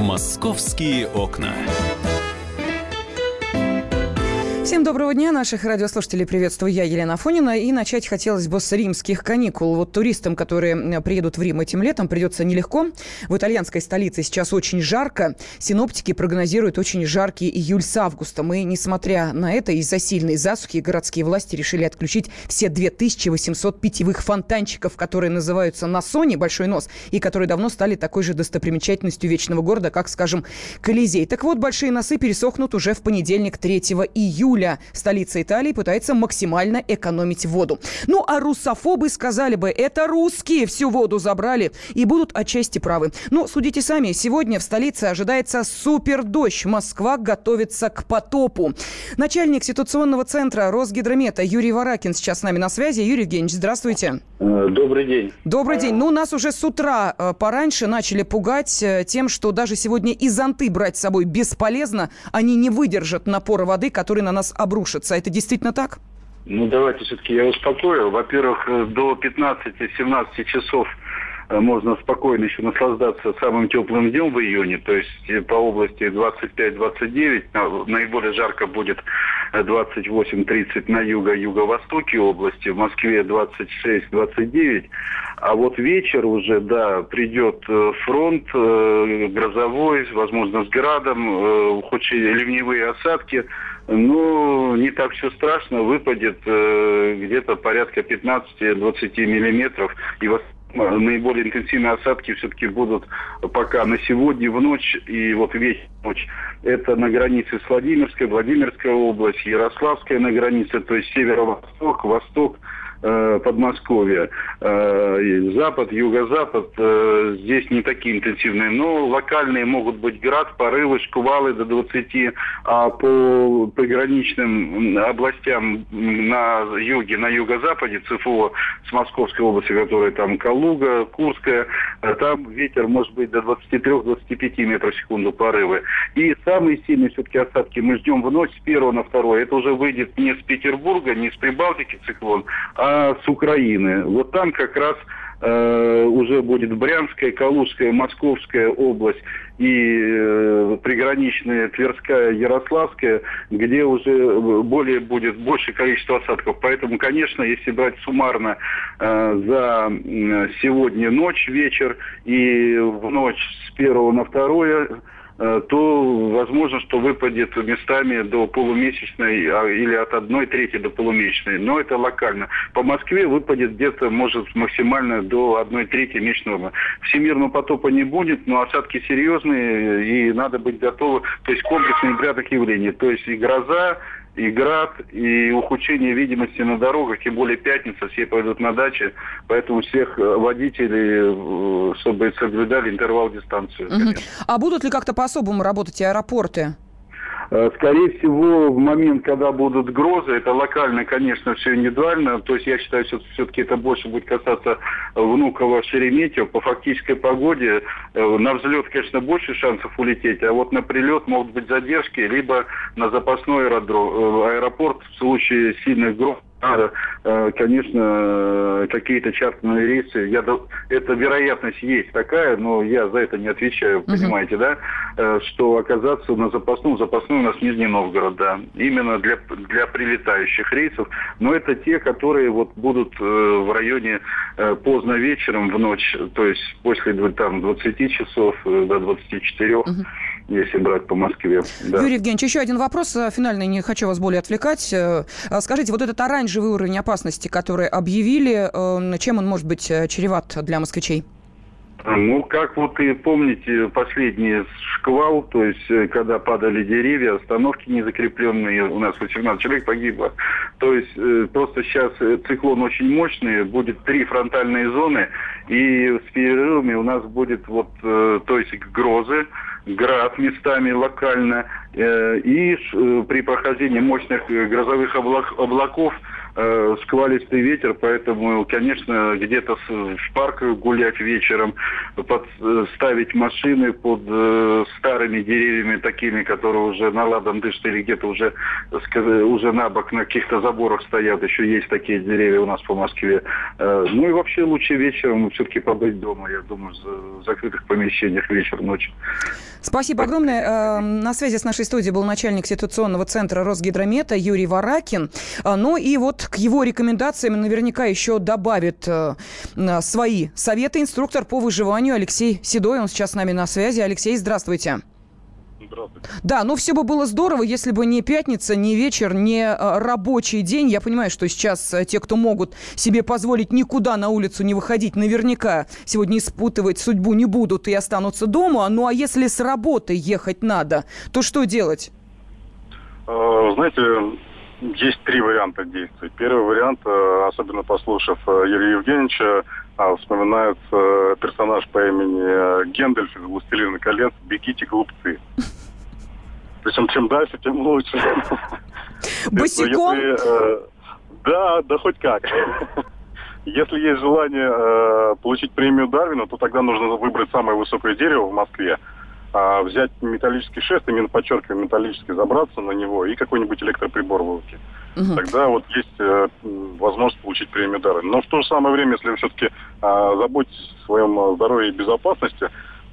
«Московские окна». Всем доброго дня, наших радиослушателей приветствую я, Елена Афонина. И начать хотелось бы с римских каникул. Вот туристам, которые приедут в Рим этим летом, придется нелегко. В итальянской столице сейчас очень жарко. Синоптики прогнозируют очень жаркий июль с августом. И, несмотря на это, из-за сильной засухи городские власти решили отключить все 2800 питьевых фонтанчиков, которые называются «Носони», большой нос, и которые давно стали такой же достопримечательностью вечного города, как, скажем, Колизей. Так вот, большие носы пересохнут уже в понедельник, 3 июля. Столица Италии пытается максимально экономить воду. Ну, а русофобы сказали бы, это русские всю воду забрали, и будут отчасти правы. Но судите сами, сегодня в столице ожидается супердождь. Москва готовится к потопу. Начальник ситуационного центра Росгидромета Юрий Варакин сейчас с нами на связи. Юрий Евгеньевич, здравствуйте. Добрый день. Добрый день. Ну, нас уже с утра пораньше начали пугать тем, что даже сегодня и зонты брать с собой бесполезно. Они не выдержат напора воды, который на нас обрушится. Это действительно так? Ну, давайте все-таки я успокою. Во-первых, до 15-17 часов можно спокойно еще наслаждаться самым теплым днем в июне. То есть по области 25-29. Наиболее жарко будет 28-30 на юго-востоке области. В Москве 26-29. А вот вечер уже, да, придет фронт грозовой, возможно, с градом, ухудшение, ливневые осадки. Ну, не так все страшно, выпадет где-то порядка 15-20 миллиметров. И наиболее интенсивные осадки все-таки будут пока на сегодня в ночь и вот вечер ночь. Это на границе с Владимирская область, Ярославская на границе, то есть северо-восток, восток, Подмосковье, запад, юго-запад, здесь не такие интенсивные, но локальные могут быть град, порывы, шквалы до 20, а по приграничным областям на юге, на юго-западе, ЦФО с Московской области, которая там Калуга, Курская, там ветер может быть до 23-25 метров в секунду порывы. И самые сильные все-таки осадки мы ждем в ночь с 1 на 2. Это уже выйдет не с Петербурга, не с Прибалтики циклон, а с Украины. Вот там как раз уже будет Брянская, Калужская, Московская область и приграничная Тверская, Ярославская, где уже будет большее количество осадков. Поэтому, конечно, если брать суммарно за сегодня ночь, вечер и в ночь с 1 на 2, то возможно, что выпадет местами до полумесячной или от 1/3 до полумесячной. Но это локально. По Москве выпадет где-то, может, максимально до 1/3 месячного. Всемирного потопа не будет, но осадки серьезные, и надо быть готовы. То есть комплексный ряд явлений. То есть и гроза, и град, и ухудшение видимости на дорогах, тем более пятница, все пойдут на дачи, поэтому всех водителей, чтобы соблюдали интервал дистанции. А будут ли как-то по-особому работать и аэропорты? Скорее всего, в момент, когда будут грозы, это локально, конечно, все индивидуально. То есть я считаю, что все-таки это больше будет касаться Внуково, Шереметьево. По фактической погоде на взлет, конечно, больше шансов улететь, а вот на прилет могут быть задержки, либо на запасной аэропорт в случае сильных гроз. Конечно, какие-то чартерные рейсы, эта вероятность есть такая, но я за это не отвечаю, понимаете, да, что оказаться на запасной у нас Нижний Новгород, да, именно для прилетающих рейсов, но это те, которые вот будут в районе поздно вечером в ночь, то есть после 20 часов до 24. Если брать по Москве. Да. Юрий Евгеньевич, еще один вопрос финальный, не хочу вас более отвлекать. Скажите, вот этот оранжевый уровень опасности, который объявили, чем он может быть чреват для москвичей? Ну, как вот и помните, последний шквал, то есть когда падали деревья, остановки незакрепленные, у нас 18 человек погибло. То есть просто сейчас циклон очень мощный, будет 3 фронтальные зоны, и с перерывами у нас будет то есть грозы, град местами локально, и при прохождении мощных грозовых облаков сквалистый ветер, поэтому, конечно, где-то в парк гулять вечером, ставить машины под старыми деревьями, такими, которые уже наладан дышат, или где-то уже на бок на каких-то заборах стоят, еще есть такие деревья у нас по Москве. Ну и вообще лучше вечером все-таки побыть дома, я думаю, в закрытых помещениях вечер, ночь. Спасибо огромное. На связи с нашей студией был начальник ситуационного центра Росгидромета Юрий Варакин. Ну и вот к его рекомендациям наверняка еще добавит свои советы инструктор по выживанию Алексей Седой. Он сейчас с нами на связи. Алексей, здравствуйте. Здравствуйте. Да, ну все бы было здорово, если бы не пятница, не вечер, не рабочий день. Я понимаю, что сейчас те, кто могут себе позволить никуда на улицу не выходить, наверняка сегодня испытывать судьбу не будут и останутся дома. Ну а если с работы ехать надо, то что делать? Знаете, есть три варианта действий. Первый вариант, особенно послушав Юрия Евгеньевича, вспоминается персонаж по имени Гендальф из «Властелина колец». «Бегите, глупцы». Причем чем дальше, тем лучше. Босиком? Да, хоть как. Если есть желание получить премию Дарвина, то тогда нужно выбрать самое высокое дерево в Москве, взять металлический шест, именно подчеркиваю, металлический, забраться на него и какой-нибудь электроприбор в руке. Тогда вот есть возможность получить премию Дарвина. Но в то же самое время, если вы все-таки заботитесь о своем здоровье и безопасности,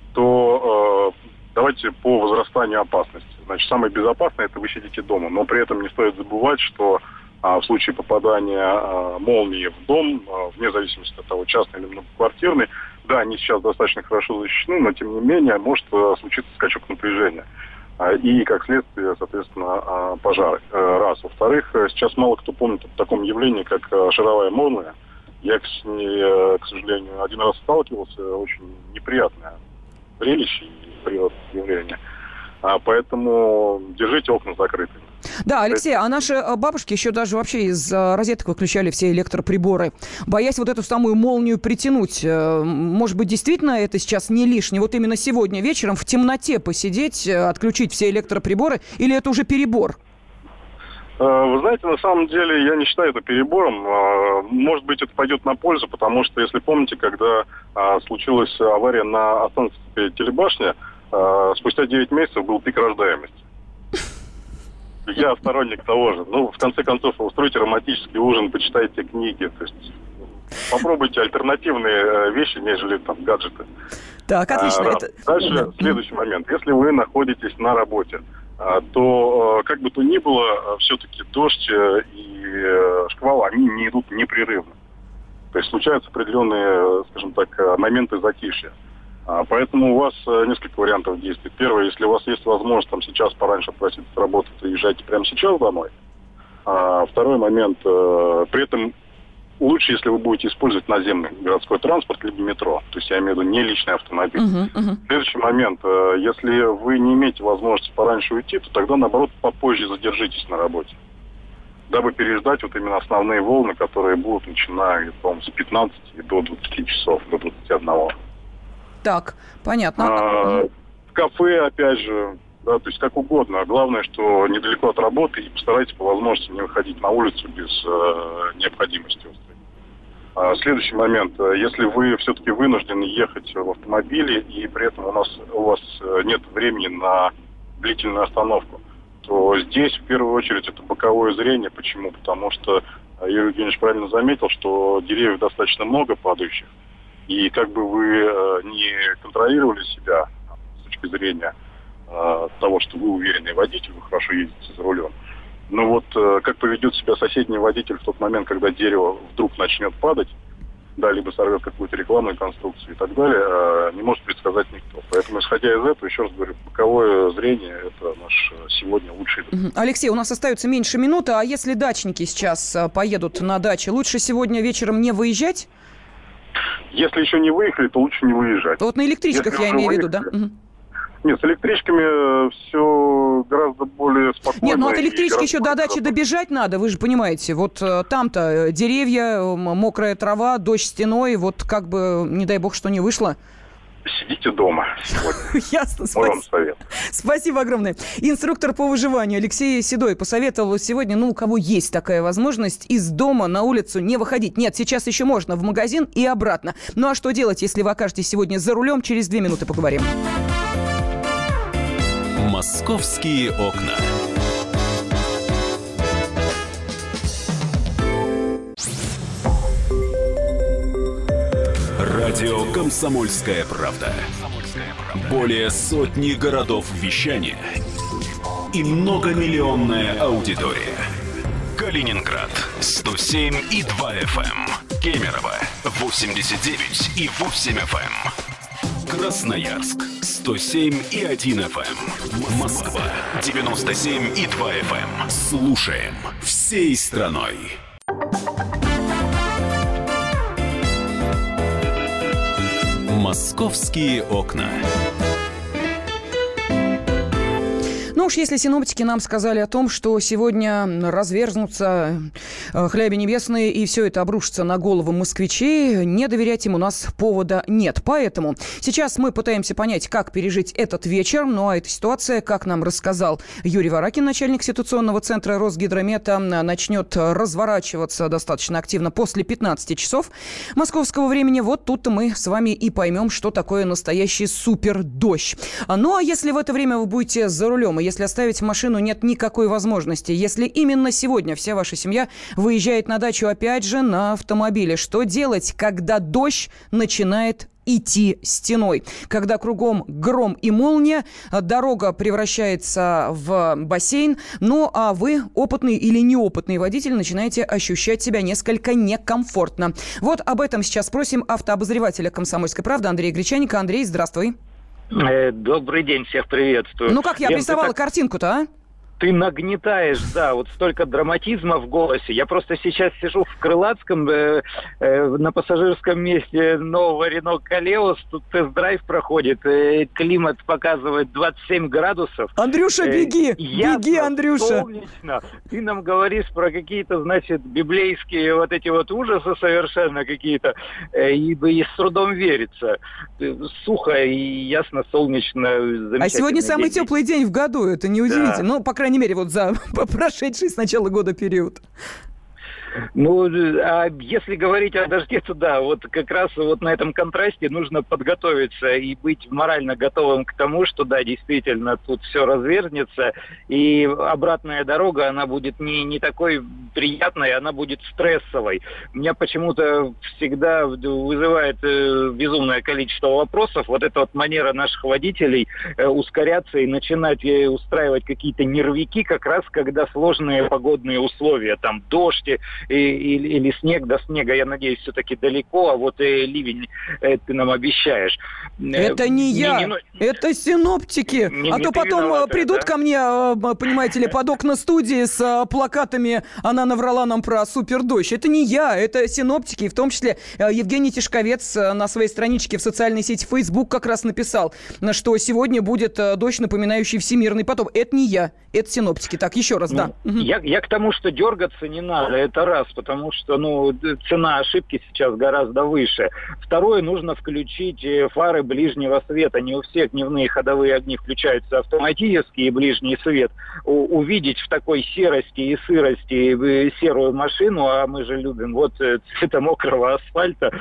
то давайте по возрастанию опасности. Значит, самое безопасное — это вы сидите дома. Но при этом не стоит забывать, что в случае попадания молнии в дом, вне зависимости от того, частный или многоквартирный, да, они сейчас достаточно хорошо защищены, но тем не менее может случиться скачок напряжения. И, как следствие, соответственно, пожары. Раз. Во-вторых, сейчас мало кто помнит о таком явлении, как шаровая молния. Я с ней, к сожалению, один раз сталкивался. Очень неприятное зрелище и природное явление. Поэтому держите окна закрытыми. Да, Алексей, а наши бабушки еще даже вообще из розеток выключали все электроприборы, боясь вот эту самую молнию притянуть. Может быть, действительно это сейчас не лишнее? Вот именно сегодня вечером в темноте посидеть, отключить все электроприборы, или это уже перебор? Вы знаете, на самом деле я не считаю это перебором. Может быть, это пойдет на пользу, потому что, если помните, когда случилась авария на Останкинской телебашне, спустя 9 месяцев был пик рождаемости. Я сторонник того же. Ну, в конце концов, устройте романтический ужин, почитайте книги. То есть попробуйте альтернативные вещи, нежели там гаджеты. Так, отлично. Дальше следующий момент. Если вы находитесь на работе, то, как бы то ни было, все-таки дождь и шквал, они не идут непрерывно. То есть случаются определенные, скажем так, моменты затишья. Поэтому у вас несколько вариантов действий. Первое, если у вас есть возможность там сейчас пораньше отпроситься с работы, то езжайте прямо сейчас домой. Второй момент, при этом лучше, если вы будете использовать наземный городской транспорт, либо метро. То есть я имею в виду не личный автомобиль. Следующий момент, если вы не имеете возможности пораньше уйти, то тогда, наоборот, попозже задержитесь на работе, дабы переждать вот именно основные волны, которые будут начиная, по-моему, с 15 до 20 часов, до 21. Так, понятно. В кафе, опять же, да, то есть как угодно. Главное, что недалеко от работы, и постарайтесь по возможности не выходить на улицу без необходимости. Следующий момент. Если вы все-таки вынуждены ехать в автомобиле, и при этом у вас нет времени на длительную остановку, то здесь в первую очередь это боковое зрение. Почему? Потому что Юрий Евгеньевич правильно заметил, что деревьев достаточно много падающих. И как бы вы не контролировали себя с точки зрения того, что вы уверенный водитель, вы хорошо ездите за рулем. Но вот как поведет себя соседний водитель в тот момент, когда дерево вдруг начнет падать, да, либо сорвет какую-то рекламную конструкцию и так далее, не может предсказать никто. Поэтому, исходя из этого, еще раз говорю, боковое зрение – это наш сегодня лучший. Алексей, у нас остается меньше минуты, а если дачники сейчас поедут на даче, лучше сегодня вечером не выезжать? Если еще не выехали, то лучше не выезжать. Вот на электричках я имею в виду, да? Нет, с электричками все гораздо более спокойно. Нет, ну от электрички еще до дачи добежать надо, вы же понимаете. Вот там-то деревья, мокрая трава, дождь стеной, вот как бы, не дай бог, что не вышло. сидите дома сегодня. Ясно, Мой вам совет. Спасибо огромное. Инструктор по выживанию Алексей Седой посоветовал сегодня, у кого есть такая возможность, из дома на улицу не выходить. Нет, сейчас еще можно в магазин и обратно. Ну а что делать, если вы окажетесь сегодня за рулем? Через 2 минуты поговорим. «Московские окна». Радио «Комсомольская правда». Более сотни городов вещания и многомиллионная аудитория. Калининград 107,2 FM, Кемерово 89,8 FM, Красноярск 107,1 FM, Москва 97,2 FM. Слушаем всей страной. «Московские окна». Ну уж если синоптики нам сказали о том, что сегодня разверзнутся хляби небесные и все это обрушится на голову москвичей, не доверять им у нас повода нет. Поэтому сейчас мы пытаемся понять, как пережить этот вечер. Ну а эта ситуация, как нам рассказал Юрий Варакин, начальник ситуационного центра Росгидромета, начнет разворачиваться достаточно активно после 15 часов московского времени. Вот тут-то мы с вами и поймем, что такое настоящий супердождь. Ну а если в это время вы будете за рулем, и если оставить машину нет никакой возможности, если именно сегодня вся ваша семья выезжает на дачу опять же на автомобиле, что делать, когда дождь начинает идти стеной? Когда кругом гром и молния, дорога превращается в бассейн, ну а вы, опытный или неопытный водитель, начинаете ощущать себя несколько некомфортно. Вот об этом сейчас спросим автообозревателя «Комсомольской правды» Андрея Гречаника. Андрей, здравствуй. Добрый день, всех приветствую. Ну как я рисовала картинку-то, а? Ты нагнетаешь, да, вот столько драматизма в голосе. Я просто сейчас сижу в Крылатском, на пассажирском месте нового Рено Калеос. Тут тест-драйв проходит, климат показывает 27 градусов. Андрюша, беги! Беги, Андрюша! Солнечно. Ты нам говоришь про какие-то, значит, библейские вот эти вот ужасы совершенно какие-то, и с трудом верится. Сухо и ясно, солнечно, замечательно. А сегодня самый теплый день в году, это неудивительно. Да. Ну, по крайней мере, вот за прошедший с начала года период. Ну, а если говорить о дожде, то да, вот как раз вот на этом контрасте нужно подготовиться и быть морально готовым к тому, что да, действительно, тут все разверзнется, и обратная дорога, она будет не такой приятной, она будет стрессовой. Меня почему-то всегда вызывает безумное количество вопросов, вот эта вот манера наших водителей ускоряться и начинать устраивать какие-то нервики, как раз когда сложные погодные условия, там дождь, или снег. До снега, я надеюсь, все-таки далеко, а вот ливень ты нам обещаешь. Это не я, это синоптики. А то потом придут ко мне, понимаете ли, под окна студии с плакатами «Она наврала нам про супердождь». Это не я, это синоптики. И в том числе Евгений Тишковец на своей страничке в социальной сети Facebook как раз написал, что сегодня будет дождь, напоминающий всемирный потоп. Это не я, это синоптики. Так, еще раз, да. Я к тому, что дергаться не надо, это раз, потому что, цена ошибки сейчас гораздо выше. Второе, нужно включить фары ближнего света. Не у всех дневные ходовые огни включаются автоматически, и ближний свет. Увидеть в такой серости и сырости серую машину, а мы же любим цвета мокрого асфальта,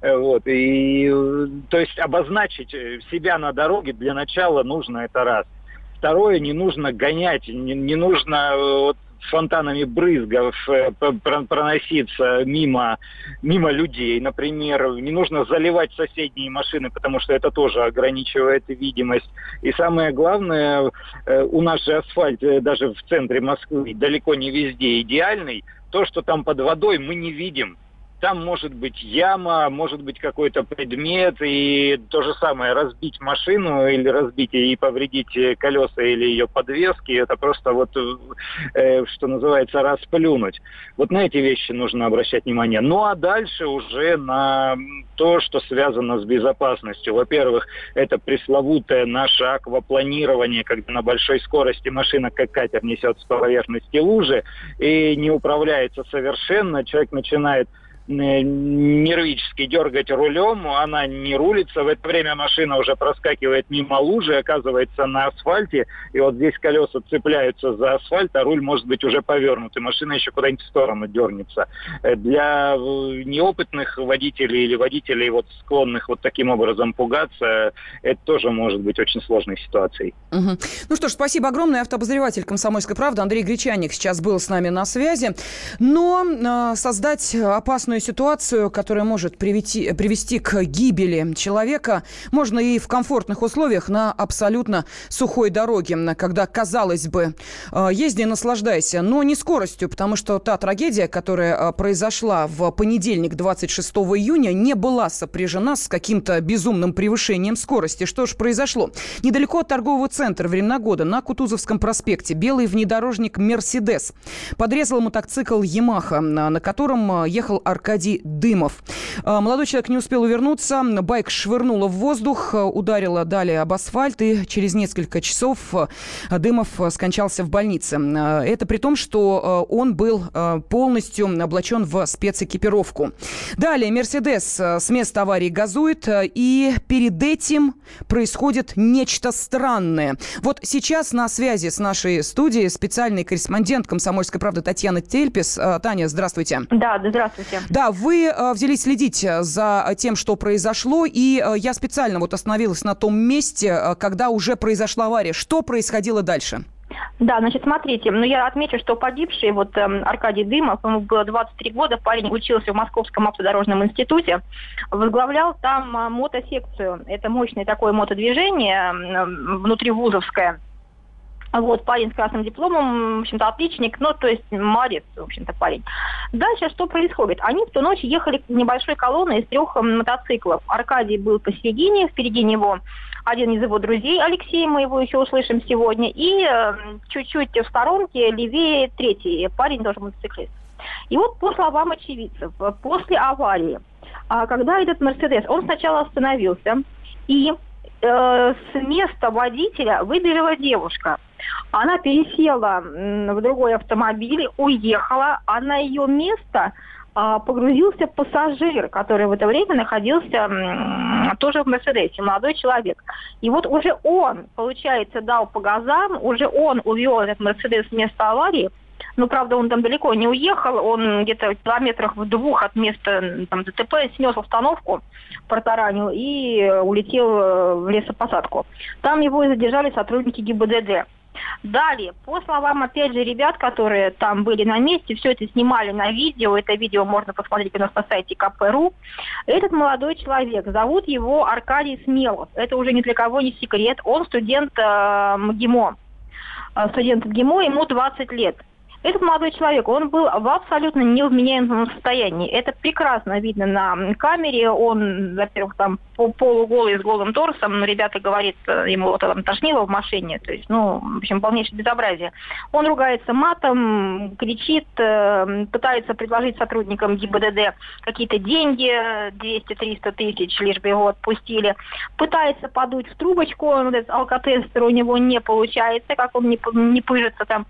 и то есть обозначить себя на дороге для начала нужно, это раз. Второе, не нужно гонять, не нужно фонтанами брызгов проноситься мимо людей, например. Не нужно заливать соседние машины, потому что это тоже ограничивает видимость. И самое главное, у нас же асфальт даже в центре Москвы далеко не везде идеальный. То, что там под водой, мы не видим. Там может быть яма, может быть какой-то предмет, и то же самое, разбить машину или разбить и повредить колеса или ее подвески, это просто что называется, расплюнуть. Вот на эти вещи нужно обращать внимание. Ну а дальше уже на то, что связано с безопасностью. Во-первых, это пресловутое наше аквапланирование, когда на большой скорости машина, как катер, несется по поверхности лужи и не управляется совершенно, человек начинает нервически дергать рулем, она не рулится. В это время машина уже проскакивает мимо лужи, оказывается на асфальте, и вот здесь колеса цепляются за асфальт, а руль может быть уже повернут, и машина еще куда-нибудь в сторону дернется. Для неопытных водителей или водителей, вот склонных вот таким образом пугаться, это тоже может быть очень сложной ситуацией. Угу. Ну что ж, спасибо огромное. Автообозреватель «Комсомольской правды» Андрей Гречанник сейчас был с нами на связи. Но создать опасную ситуацию, которая может привести к гибели человека, можно и в комфортных условиях на абсолютно сухой дороге, когда, казалось бы, езди и наслаждайся, но не скоростью, потому что та трагедия, которая произошла в понедельник, 26 июня, не была сопряжена с каким-то безумным превышением скорости. Что же произошло? Недалеко от торгового центра «Времена года» на Кутузовском проспекте белый внедорожник «Мерседес» подрезал мотоцикл «Ямаха», на котором ехал Аркадий Дымов. Молодой человек не успел увернуться, байк швырнуло в воздух, ударило далее об асфальт, и через несколько часов Дымов скончался в больнице. Это при том, что он был полностью облачен в спецэкипировку. Далее «Мерседес» с места аварии газует, и перед этим происходит нечто странное. Вот сейчас на связи с нашей студией специальный корреспондент «Комсомольской правды» Татьяна Тельпес. Таня, здравствуйте. Да, здравствуйте. Да, вы взялись следить за тем, что произошло, и я специально вот остановилась на том месте, когда уже произошла авария. Что происходило дальше? Да, значит, смотрите, я отмечу, что погибший Аркадий Дымов, ему было 23 года, парень учился в Московском автодорожном институте, возглавлял там мотосекцию. Это мощное такое мотодвижение внутривузовское. Парень с красным дипломом, в общем-то, отличник, то есть молодец, в общем-то, парень. Дальше что происходит? Они в ту ночь ехали небольшой колонной из 3 мотоциклов. Аркадий был посередине, впереди него один из его друзей, Алексей, мы его еще услышим сегодня, и чуть-чуть в сторонке левее третий парень, тоже мотоциклист. И вот по словам очевидцев, после аварии, когда этот «Мерседес», он сначала остановился, и с места водителя выбежала девушка. Она пересела в другой автомобиль, уехала, а на ее место погрузился пассажир, который в это время находился тоже в «Мерседесе», молодой человек. И вот уже он, получается, дал по газам, уже он увел этот «Мерседес» с места аварии. Правда, он там далеко не уехал, он где-то в километрах в 2 от места ДТП снес установку, протаранил и улетел в лесопосадку. Там его и задержали сотрудники ГИБДД. Далее, по словам, опять же, ребят, которые там были на месте, все это снимали на видео, это видео можно посмотреть у нас на сайте КП.ру. Этот молодой человек, зовут его Аркадий Смелов, это уже ни для кого не секрет, он студент МГИМО, ему 20 лет. Этот молодой человек, он был в абсолютно невменяемом состоянии. Это прекрасно видно на камере. Он, во-первых, там полуголый с голым торсом. Ребята говорят, ему там тошнило в машине. То есть, в общем, полнейшее безобразие. Он ругается матом, кричит, пытается предложить сотрудникам ГИБДД какие-то деньги, 200-300 тысяч, лишь бы его отпустили. Пытается подуть в трубочку, этот алкотестер у него не получается, как он не пыжится там.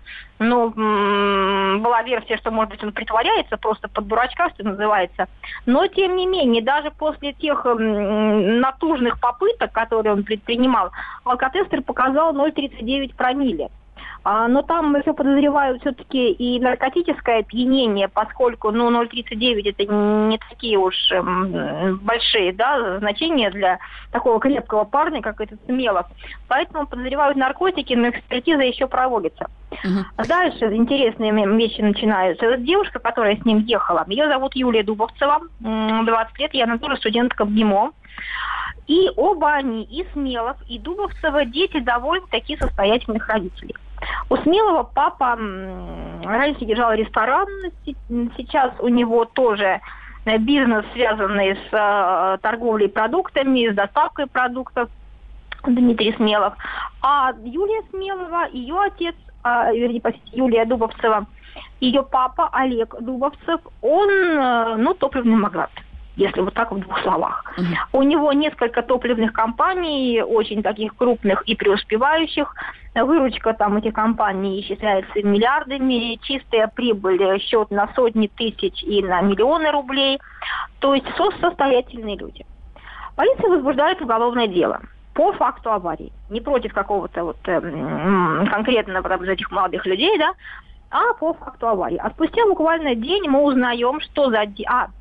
Была версия, что, может быть, он притворяется, просто под дурачка, что называется. Но, тем не менее, даже после тех натужных попыток, которые он предпринимал, алкотестер показал 0,39 промилле. Но там еще подозревают все-таки и наркотическое опьянение, поскольку 0,39 это не такие уж большие значения для такого крепкого парня, как этот Смелов. Поэтому подозревают наркотики, но экспертиза еще проводится. Дальше интересные вещи начинаются. Эта девушка, которая с ним ехала, ее зовут Юлия Дубовцева, 20 лет, и она тоже студентка ГИМО. И оба они, и Смелов, и Дубовцева, дети довольно-таки состоятельных родителей. У Смелова папа раньше держал ресторан, сейчас у него тоже бизнес, связанный с торговлей продуктами, с доставкой продуктов, Дмитрий Смелов. А Юлия Смелова, ее отец, Юлия Дубовцева, ее папа Олег Дубовцев, он, топливный магнат. если вот так в двух словах. У него несколько топливных компаний, очень таких крупных и преуспевающих. Выручка там этих компаний исчисляется миллиардами, чистая прибыль, счет на сотни тысяч и на миллионы рублей. То есть состоятельные люди. Полиция возбуждает уголовное дело по факту аварии. Не против какого-то вот конкретного из этих молодых людей, да, а по факту аварии. А спустя буквально день мы узнаем, что за...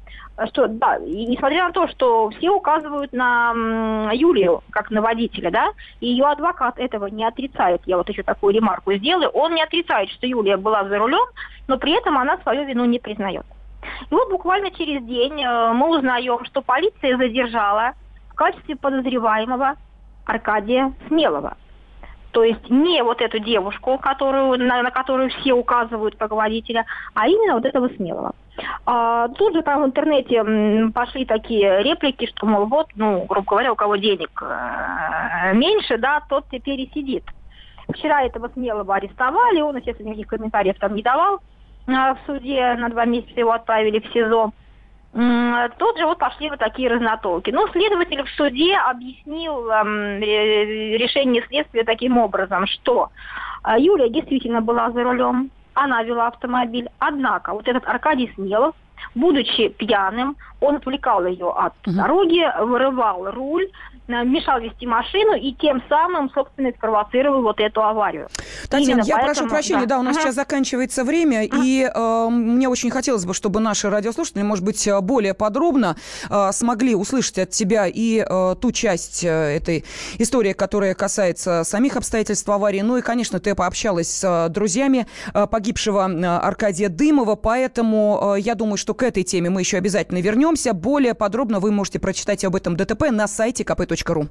и несмотря на то, что все указывают на Юлию, как на водителя, да, и ее адвокат этого не отрицает, я вот еще такую ремарку сделаю, он не отрицает, что Юлия была за рулем, но при этом она свою вину не признает. И вот буквально через день мы узнаем, что полиция задержала в качестве подозреваемого Аркадия Смелого. То есть не вот эту девушку, на которую все указывают как водителя, а именно вот этого Смелого. Тут же там в интернете пошли такие реплики, что, мол, вот, грубо говоря, у кого денег меньше, да, тот теперь и сидит. Вчера этого Смелого арестовали, он, естественно, никаких комментариев там не давал. В суде на 2 месяца его отправили в СИЗО. Тут же вот пошли вот такие разнотолки. Следователь в суде объяснил решение следствия таким образом, что Юлия действительно была за рулем, она вела автомобиль, однако вот этот Аркадий Смелов, будучи пьяным, он отвлекал ее от дороги, вырывал руль, мешал вести машину и тем самым, собственно, спровоцировал вот эту аварию. Татьяна, я прошу прощения, да, у нас сейчас заканчивается время, и мне очень хотелось бы, чтобы наши радиослушатели, может быть, более подробно смогли услышать от тебя и ту часть этой истории, которая касается самих обстоятельств аварии. Ну и, конечно, ты пообщалась с друзьями погибшего Аркадия Дымова, поэтому я думаю, что к этой теме мы еще обязательно вернемся. Более подробно вы можете прочитать об этом ДТП на сайте kp.ru.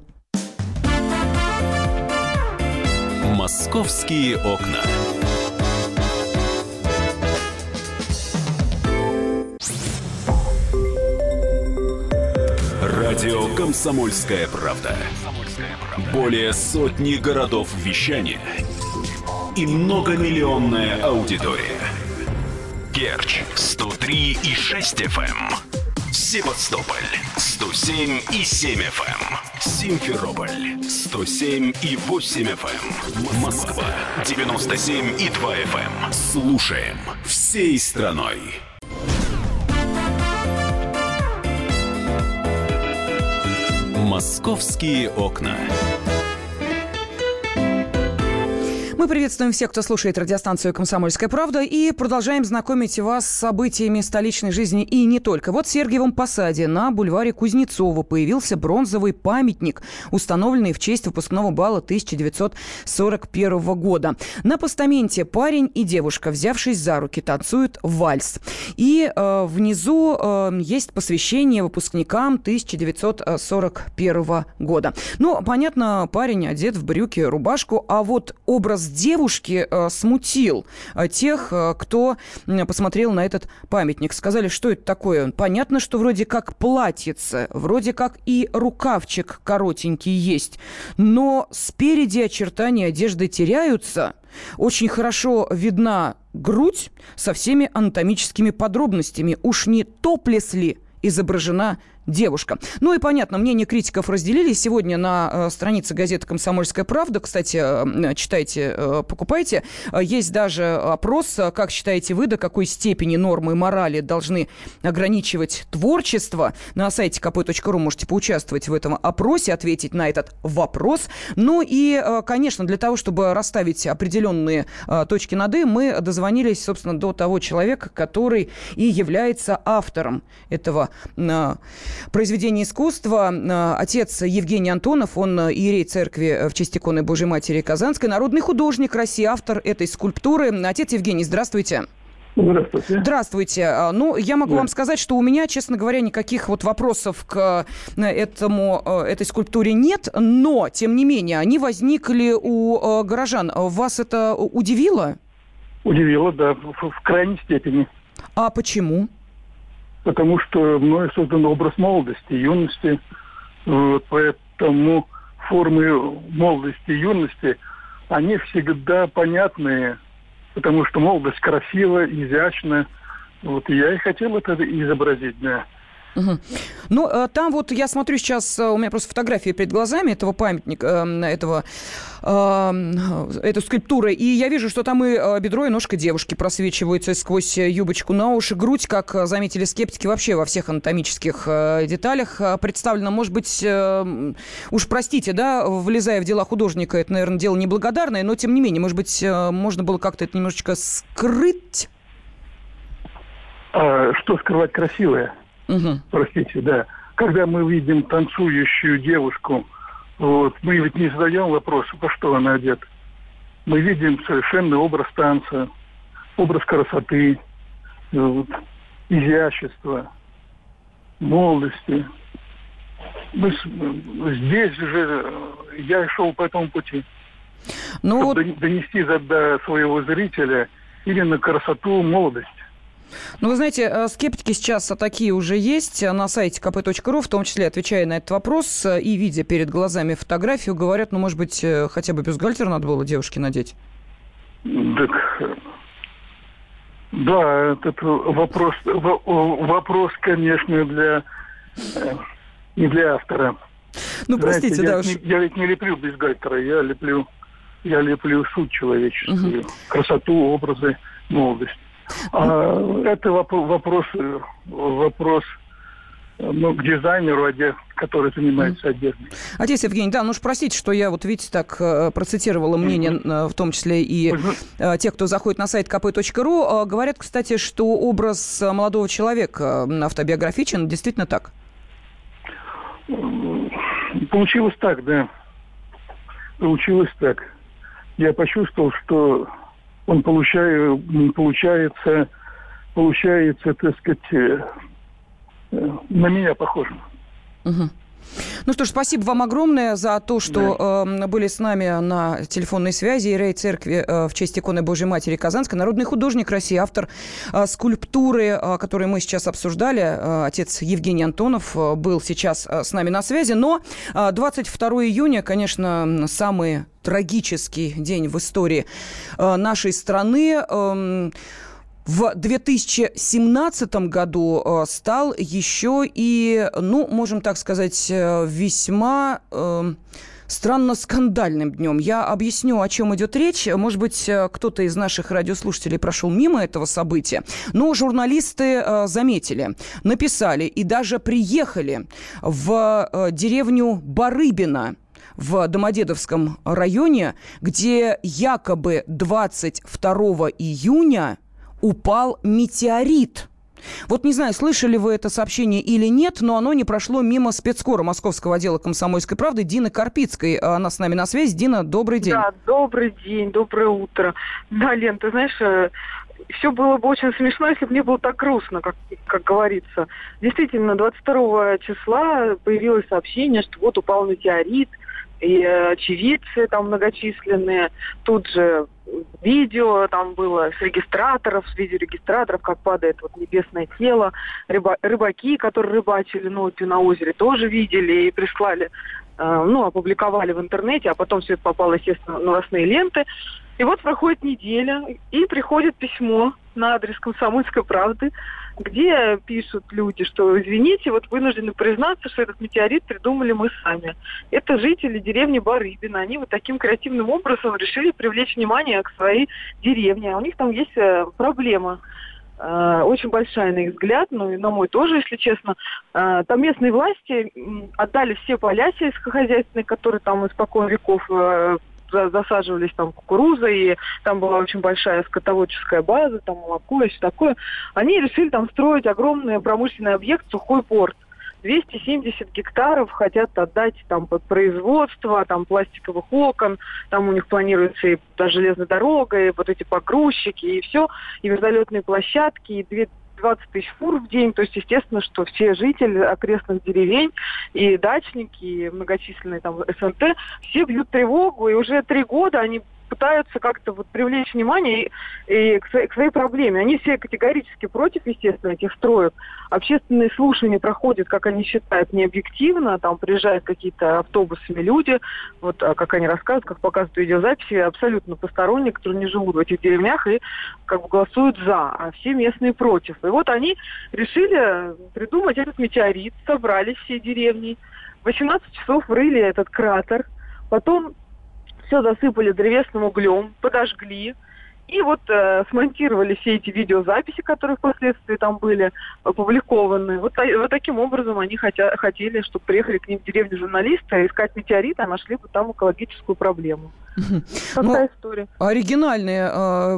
«Московские окна». Радио «Комсомольская правда». Более сотни городов вещания и многомиллионная аудитория. Керчь 103,6 FM. Севастополь 107,7 FM. Симферополь 107,8 FM. Москва 97,2 FM. Слушаем всей страной. «Московские окна». Мы приветствуем всех, кто слушает радиостанцию «Комсомольская правда», и продолжаем знакомить вас с событиями столичной жизни и не только. Вот в Сергиевом Посаде на бульваре Кузнецова появился бронзовый памятник, установленный в честь выпускного бала 1941 года. На постаменте парень и девушка, взявшись за руки, танцуют вальс. И внизу есть посвящение выпускникам 1941 года. Ну, понятно, парень одет в брюки, рубашку, а вот образ девушки смутил тех, кто посмотрел на этот памятник. Сказали, что это такое. Понятно, что вроде как платьице, вроде как и рукавчик коротенький есть, но спереди очертания одежды теряются. Очень хорошо видна грудь со всеми анатомическими подробностями. Уж не топлес ли изображена девушка. Ну и понятно, мнения критиков разделились. Сегодня на странице газеты «Комсомольская правда», кстати, читайте, покупайте, есть даже опрос, как считаете вы, до какой степени нормы морали должны ограничивать творчество. На сайте kp.ru можете поучаствовать в этом опросе, ответить на этот вопрос. Ну и, конечно, для того, чтобы расставить определенные точки над «и», мы дозвонились, собственно, до того человека, который и является автором этого произведение искусства. Отец Евгений Антонов, он иерей церкви в честь иконы Божьей Матери Казанской, народный художник России, автор этой скульптуры. Отец Евгений, здравствуйте. Здравствуйте. Здравствуйте. Ну, я могу вам сказать, что у меня, честно говоря, никаких вот вопросов к этой скульптуре нет, но, тем не менее, они возникли у горожан. Вас это удивило? Удивило, да, в крайней степени. А почему? Потому что мной создан образ молодости, юности, поэтому формы молодости и юности, они всегда понятные, потому что молодость красива, изящна. Вот и я и хотел это изобразить, да. Угу. Ну, там вот я смотрю сейчас, у меня просто фотографии перед глазами этого памятника, этой скульптуры, и я вижу, что там и бедро, и ножка девушки просвечиваются сквозь юбочку на уши. Грудь, как заметили скептики, вообще во всех анатомических деталях представлена. Может быть, уж простите, да, влезая в дела художника, это, наверное, дело неблагодарное, но тем не менее, может быть, можно было как-то это немножечко скрыть? Что скрывать красивое? Угу. Простите, да. Когда мы видим танцующую девушку, вот, мы ведь не задаем вопрос, во что она одета. Мы видим совершенный образ танца, образ красоты, вот, изящества, молодости. Здесь же я шел по этому пути. Ну, чтобы донести до своего зрителя именно красоту, молодость. Ну, вы знаете, скептики сейчас такие уже есть на сайте kp.ru, в том числе отвечая на этот вопрос и видя перед глазами фотографию, говорят, ну, может быть, хотя бы бюстгальтер надо было девушке надеть? Так, да, этот вопрос, конечно, не для автора. Ну, простите, знаете, да уж. Я ведь не леплю бюстгальтера, я леплю суть человеческую, красоту, образы, молодость. Это вопрос к дизайнеру, который занимается одеждой. Отец Евгений, да, ну уж простите, что я, вот видите, так процитировала мнение, в том числе и тех, кто заходит на сайт kp.ru. Говорят, кстати, что образ молодого человека автобиографичен. Действительно так? Получилось так, да. Получилось так. Я почувствовал, что он получается, так сказать, на меня похож. Угу. Ну что ж, спасибо вам огромное за то, что были с нами на телефонной связи. Иерей церкви в честь иконы Божьей Матери Казанской, народный художник России, автор скульптуры, которую мы сейчас обсуждали, отец Евгений Антонов, был сейчас с нами на связи. Но 22 июня, конечно, самый трагический день в истории нашей страны. В 2017 году стал еще и, ну, можем так сказать, весьма странно скандальным днем. Я объясню, о чем идет речь. Может быть, кто-то из наших радиослушателей прошел мимо этого события, но журналисты заметили, написали и даже приехали в деревню Барыбино в Домодедовском районе, где якобы 22 июня упал метеорит. Вот не знаю, слышали вы это сообщение или нет, но оно не прошло мимо спецкора Московского отдела «Комсомольской правды» Дины Карпицкой. Она с нами на связи. Дина, добрый день. Да, добрый день, доброе утро. Да, Лен, ты знаешь, все было бы очень смешно, если бы не было так грустно, как говорится. Действительно, 22 числа появилось сообщение, что вот упал метеорит, и очевидцы там многочисленные. Тут же видео там было с видеорегистраторов, как падает вот небесное тело. Рыбаки, которые рыбачили ночью на озере, тоже видели и прислали, опубликовали в интернете, а потом все это попало, естественно, в новостные ленты. И вот проходит неделя, и приходит письмо на адрес «Комсомольской правды», где пишут люди, что, извините, вот вынуждены признаться, что этот метеорит придумали мы сами. Это жители деревни Барыбино. Они вот таким креативным образом решили привлечь внимание к своей деревне. А у них там есть проблема. Очень большая, на их взгляд, ну и на мой тоже, если честно. Там местные власти отдали все поля сельскохозяйственные, которые там испокон веков засаживались там кукурузой, и там была очень большая скотоводческая база, там молоко и все такое. Они решили там строить огромный промышленный объект, сухой порт. 270 гектаров хотят отдать там под производство, там пластиковых окон, там у них планируется и железная дорога, и вот эти погрузчики, и все, и вертолетные площадки, и 20 тысяч фур в день. То есть, естественно, что все жители окрестных деревень и дачники, и многочисленные там СНТ, все бьют тревогу, и уже 3 года они пытаются как-то вот привлечь внимание и к своей проблеме. Они все категорически против, естественно, этих строек. Общественные слушания проходят, как они считают, необъективно. Там приезжают какие-то автобусами люди, вот как они рассказывают, как показывают видеозаписи, абсолютно посторонние, которые не живут в этих деревнях и как бы голосуют за, а все местные против. И вот они решили придумать этот метеорит, собрались все деревни, в 18 часов врыли этот кратер, потом все засыпали древесным углем, подожгли, и вот смонтировали все эти видеозаписи, которые впоследствии там были опубликованы. Вот таким образом они хотели, чтобы приехали к ним в деревню журналисты, искать метеориты, а нашли бы там экологическую проблему. Какая история? Оригинальное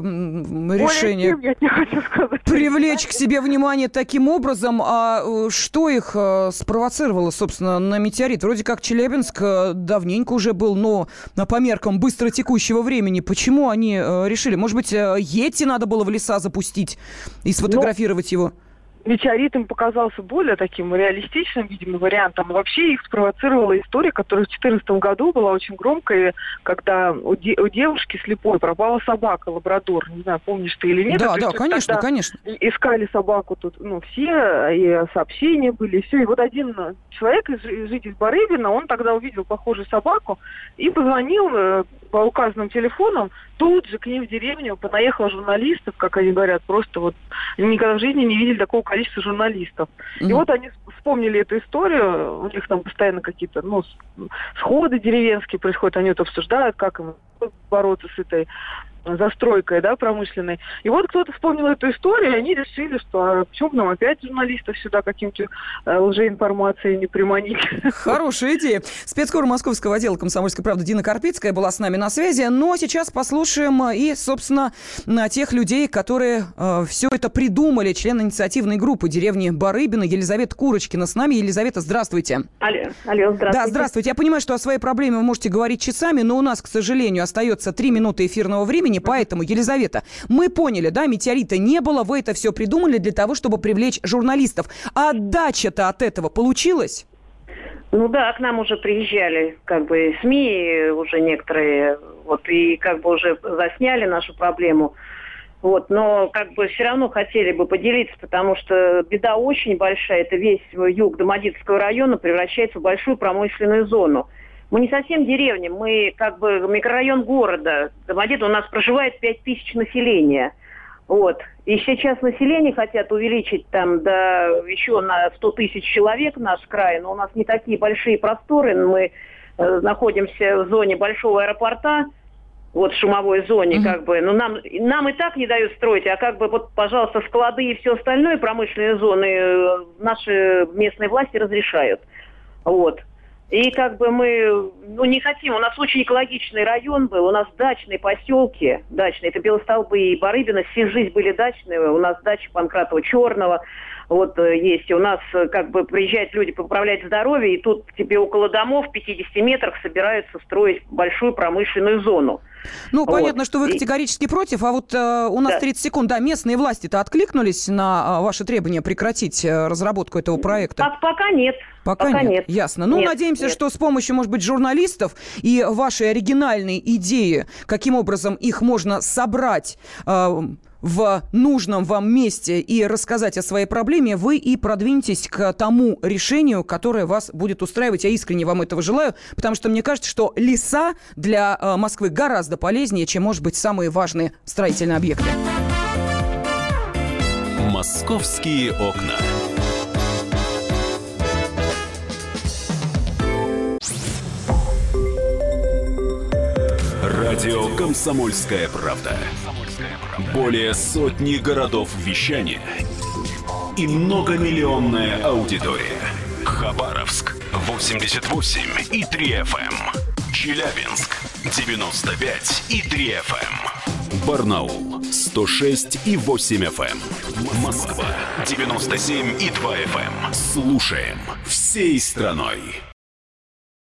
решение. Я не хочу сказать. Привлечь к себе внимание таким образом. А что их спровоцировало, собственно, на метеорит? Вроде как Челябинск давненько уже был, но по меркам быстротекущего времени. Почему они решили? Может быть, Йети надо было в леса запустить и сфотографировать его? Метеорит им показался более таким реалистичным, видимо, вариантом. Вообще их спровоцировала история, которая в 2014 году была очень громкой, когда у девушки слепой пропала собака, лабрадор. Не знаю, помнишь ты или нет. Да, конечно. Искали собаку тут, все, и сообщения были, и все. И вот один человек, житель Барыбина, он тогда увидел похожую собаку и позвонил по указанным телефонам. Тут же к ним в деревню понаехало журналистов, как они говорят, просто вот никогда в жизни не видели такого количества журналистов. И вот они вспомнили эту историю, у них там постоянно какие-то, сходы деревенские происходят, они это обсуждают, как им бороться с этой застройкой, промышленной. И вот кто-то вспомнил эту историю, и они решили, что почему бы нам опять журналистов сюда каким-то лжеинформацией не приманить. Хорошая идея. Спецкор Московского отдела «Комсомольской правды» Дина Карпицкая была с нами на связи. Но сейчас послушаем и, собственно, тех людей, которые все это придумали, члены инициативной группы деревни Барыбина, Елизавета Курочкина с нами. Елизавета, здравствуйте. Алло, здравствуйте. Да, здравствуйте. Я понимаю, что о своей проблеме вы можете говорить часами, но у нас, к сожалению, остается 3 минуты эфирного времени. Поэтому, Елизавета, мы поняли, метеорита не было, вы это все придумали для того, чтобы привлечь журналистов. А отдача-то от этого получилась? К нам уже приезжали, СМИ уже некоторые, и уже засняли нашу проблему. Но все равно хотели бы поделиться, потому что беда очень большая, это весь юг Домодедовского района превращается в большую промышленную зону. Мы не совсем деревня, мы микрорайон города. Домодедово у нас проживает 5000 населения. И сейчас население хотят увеличить еще на 100 тысяч человек наш край, но у нас не такие большие просторы. Мы находимся в зоне большого аэропорта, в шумовой зоне, но нам и так не дают строить, пожалуйста, склады и все остальное, промышленные зоны, наши местные власти разрешают. И мы не хотим, у нас очень экологичный район был, у нас дачные поселки, это Белостолбы и Барыбина, всю жизнь были дачные, у нас дача Панкратова Черного, есть, и у нас приезжают люди поправлять здоровье, и тут тебе около домов в 50 метрах собираются строить большую промышленную зону. Понятно, что вы категорически против, а у нас 30 секунд. Да, местные власти-то откликнулись на ваши требования прекратить разработку этого проекта? Пока нет. Пока нет. Ясно. Надеемся, что с помощью, может быть, журналистов и вашей оригинальной идеи, каким образом их можно собрать в нужном вам месте и рассказать о своей проблеме, вы и продвинетесь к тому решению, которое вас будет устраивать. Я искренне вам этого желаю, потому что мне кажется, что леса для Москвы гораздо полезнее, чем, может быть, самые важные строительные объекты. «Московские окна». Радио «Комсомольская правда». Более сотни городов вещания и многомиллионная аудитория. Хабаровск 88,3 FM. Челябинск 95,3 FM. Барнаул 106,8 FM. Москва 97,2 FM. Слушаем всей страной.